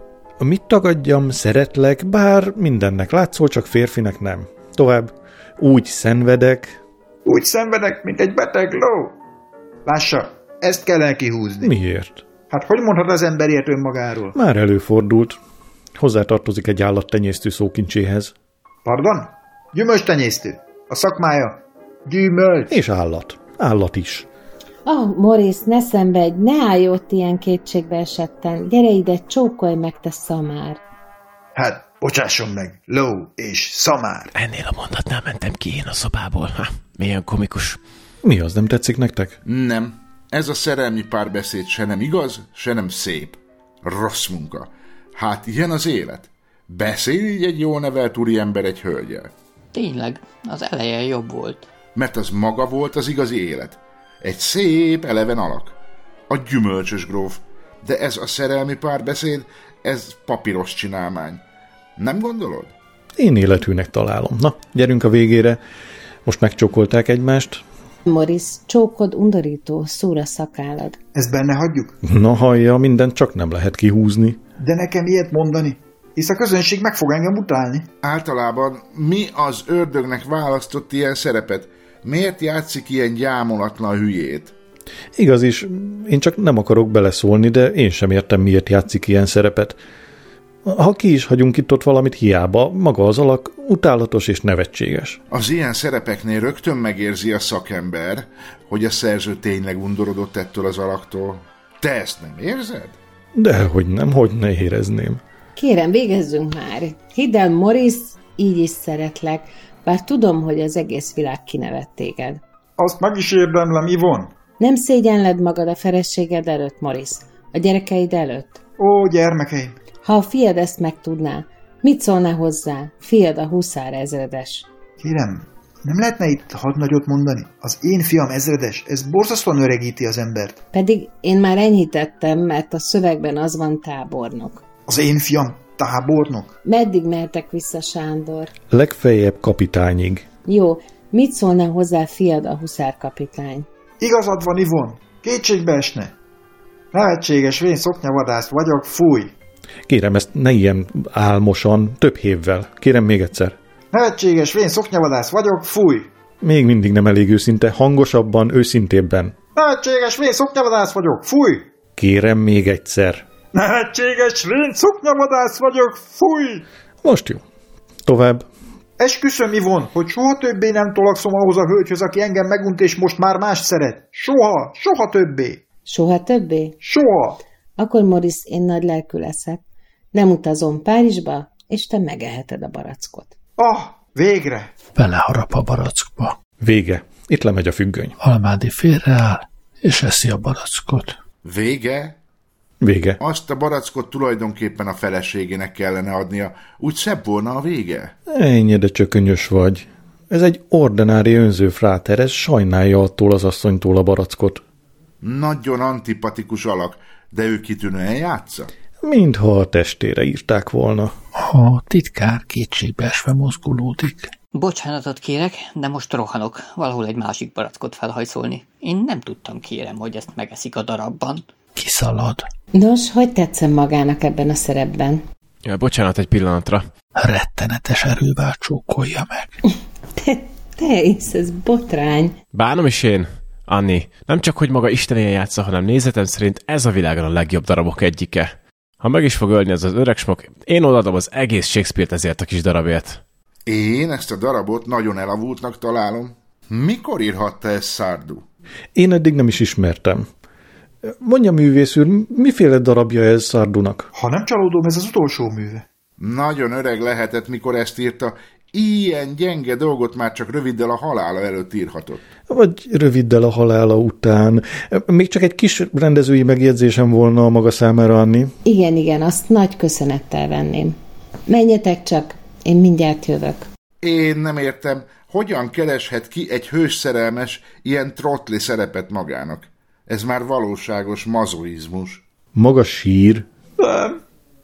mit tagadjam, szeretlek, bár mindennek látszol, csak férfinek nem. Tovább, úgy szenvedek. Úgy szenvedek, mint egy beteg ló. Lássa, ezt kellene kihúzni. Miért? Hát hogy mondhat az ember ilyet önmagáról? Már előfordult. Hozzátartozik egy állattenyésztő szókincséhez. Pardon? Gyümölcstenyésztő. A szakmája. Gyümölcs. És állat. Állat is. Maurice, ne szenvedj, ne állj ott ilyen kétségbe esetten. Gyere ide, csókolj meg, te szamár. Hát, bocsásson meg, ló és szamár. Ennél a mondatnál mentem ki én a szobából. Milyen komikus. Mi az, nem tetszik nektek? Nem. Ez a szerelmi párbeszéd se nem igaz, se nem szép. Rossz munka. Hát ilyen az élet. Beszél így egy jól nevelt úriember egy hölgyel. Tényleg, az eleje jobb volt. Mert az maga volt az igazi élet. Egy szép, eleven alak. A gyümölcsös gróf. De ez a szerelmi párbeszéd, ez papíros csinálmány. Nem gondolod? Én életűnek találom. Na, gyerünk a végére. Most megcsókolták egymást. Maurice, csókod undorító, szúr a szakállad. Ezt benne hagyjuk? Na hallja, mindent csak nem lehet kihúzni. De nekem ilyet mondani? Hisz a közönség meg fog engem utálni. Általában mi az ördögnek választott ilyen szerepet? Miért játszik ilyen gyámolatlan hülyét? Igaz is, én csak nem akarok beleszólni, de én sem értem, miért játszik ilyen szerepet. Ha ki is hagyunk itt-ott valamit, hiába, maga az alak utálatos és nevetséges. Az ilyen szerepeknél rögtön megérzi a szakember, hogy a szerző tényleg undorodott ettől az alaktól. Te ezt nem érzed? Dehogy nem, hogy ne érezném. Kérem, végezzünk már. Hidd el, Maurice, így is szeretlek, bár tudom, hogy az egész világ kinevett téged. Azt meg is érdemlem, Ivon. Nem szégyenled magad a feleséged előtt, Maurice, a gyerekeid előtt. Ó, gyermekeim! Ha a fiad ezt megtudná, mit szólna hozzá, fiad a huszár ezredes? Kérem, nem lehetne itt hadnagyot mondani? Az én fiam ezredes, ez borzasztóan öregíti az embert. Pedig én már enyhítettem, mert a szövegben az van tábornok. Az én fiam tábornok? Meddig mehetek vissza, Sándor? Legfeljebb kapitányig. Jó, mit szólna hozzá fiad a huszárkapitány? Igazad van, Ivon, kétségbe esne. Nevetséges vén szoknyavadász vagyok, fúj! Kérem, ezt ne ilyen álmosan, több hévvel. Kérem még egyszer. Nevetséges vén szoknyavadász vagyok, fúj! Még mindig nem elég őszinte, hangosabban, őszintébben. Nevetséges vén szoknyavadász vagyok, fúj! Kérem még egyszer. Nevetséges vén szoknyavadász vagyok, fúj! Most jó. Tovább. Esküszöm, Ivon, hogy soha többé nem tolakszom ahhoz a hölgyhöz, aki engem megunt és most már más szeret. Soha, soha többé. Soha többé? Soha. Akkor, Maurice, én nagy lelkű leszek. Nem utazom Párizsba, és te megeheted a barackot. Végre. Beleharap a barackba. Vége. Itt lemegy a függöny. Almádi félreáll, és eszi a barackot. Vége? Vége. Azt a barackot tulajdonképpen a feleségének kellene adnia. Úgy szebb volna a vége. Ennyi, de csökönyös vagy. Ez egy ordinári önző fráter, ez sajnálja attól az asszonytól a barackot. Nagyon antipatikus alak, de ő kitűnően játsza. Mintha a testére írták volna. A titkár kétségbeesve mozgulódik. Bocsánatot kérek, de most rohanok. Valahol egy másik barackot felhajszolni. Én nem tudtam, kérem, hogy ezt megeszik a darabban. Kiszalad. Nos, hogy tetszem magának ebben a szerepben? Ja, bocsánat egy pillanatra. Rettenetes erővel csókolja meg. Te hisz, ez botrány. Bánom is én, Anni. Nem csak, hogy maga Istenén játsza, hanem nézetem szerint ez a világon a legjobb darabok egyike. Ha meg is fog ölni ez az öregsmok, én odaadom az egész Shakespeare-t ezért a kis darabért. Én ezt a darabot nagyon elavultnak találom. Mikor írhatta ezt Sardou? Én eddig nem is ismertem. Mondja, művész úr, miféle darabja ez Sardounak? Ha nem csalódom, ez az utolsó műve. Nagyon öreg lehetett, mikor ezt írta. Ilyen gyenge dolgot már csak röviddel a halála előtt írhatott. Vagy röviddel a halála után. Még csak egy kis rendezői megjegyzésem volna a maga számára, Anni. Igen, azt nagy köszönettel venném. Menjetek csak, én mindjárt jövök. Én nem értem, hogyan kereshet ki egy hősszerelmes ilyen trottli szerepet magának. Ez már valóságos mazoizmus. Maga sír. Nem.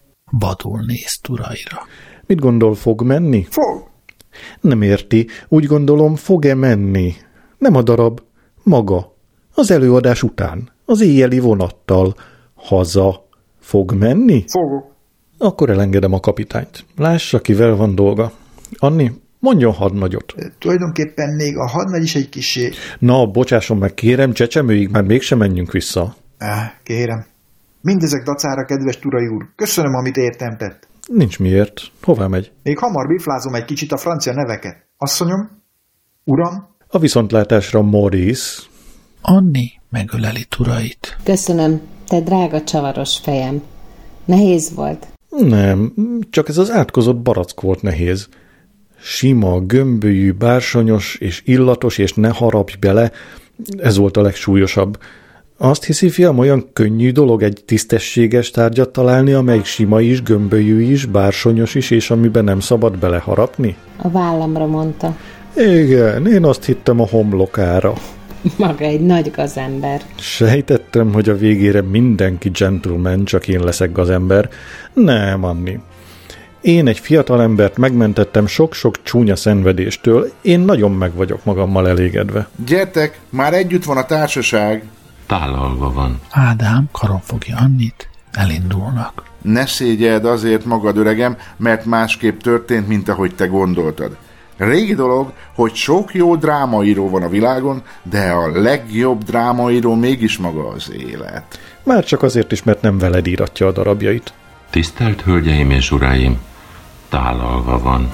Vadul néz Turaira. Mit gondol, fog menni? Fog. Nem érti. Úgy gondolom, fog-e menni? Nem a darab, maga. Az előadás után. Az éjjeli vonattal. Haza. Fog menni? Fogok. Akkor elengedem a kapitányt. Lássa, kivel van dolga. Anni, mondjon hadnagyot. Tulajdonképpen még a hadnagy is egy kissé... Na, bocsásson meg, kérem, Csecsemőig már mégsem menjünk vissza. Kérem. Mindezek dacára, kedves Turai úr. Köszönöm, amit értem tett. Nincs miért. Hová megy? Még hamar biflázom egy kicsit a francia neveket. Asszonyom? Uram? A viszontlátásra, Maurice. Anni megöleli Turait. Köszönöm, te drága csavaros fejem. Nehéz volt? Nem, csak ez az átkozott barack volt nehéz. Sima, gömbölyű, bársonyos és illatos, és ne harapj bele, ez volt a legsúlyosabb. Azt hiszi, fiam, olyan könnyű dolog egy tisztességes tárgyat találni, amelyik sima is, gömbölyű is, bársonyos is, és amiben nem szabad beleharapni? A vállamra mondta. Igen, én azt hittem a homlokára. Maga egy nagy gazember. Sejtettem, hogy a végére mindenki gentleman, csak én leszek gazember. Nem, Anni. Én egy fiatal embert megmentettem sok-sok csúnya szenvedéstől. Én nagyon meg vagyok magammal elégedve. Gyertek, már együtt van a társaság. Tálalva van. Ádám karon fogja Annit, elindulnak. Ne szégyeld azért magad, öregem, mert másképp történt, mint ahogy te gondoltad. Régi dolog, hogy sok jó drámaíró van a világon, de a legjobb drámaíró mégis maga az élet. Már csak azért is, mert nem veled íratja a darabjait. Tisztelt Hölgyeim és Uraim, tálalva van.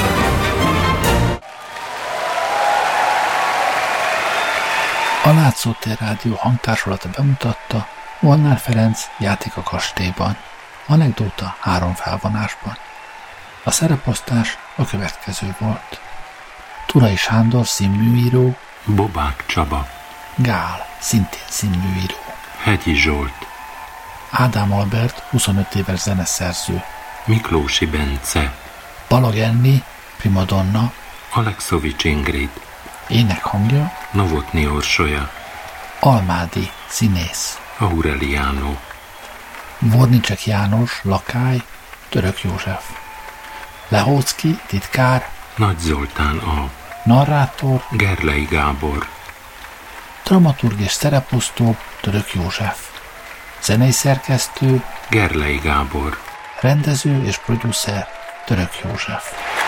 A Látszótér Rádió hangtársulata bemutatta Molnár Ferenc Játék a kastélyban. Anekdóta 3 felvonásban. A szereposztás a következő volt. Turai Sándor színműíró, Bobák Csaba, Gál szintén színműíró, Hegyi Zsolt, Ádám Albert 25 éves zeneszerző, Miklósi Bence, Balag Enni primadonna, Alexovics Ingrid, énekhangja, Novotny Orsolya, Almádi színész, Aureliano, Vornicsek János lakály, Török József, Lehóczki titkár, Nagy Zoltán A, narrátor, Gerlei Gábor, dramaturg és szereposztó Török József, zenei szerkesztő, Gerlei Gábor, rendező és producer Török József.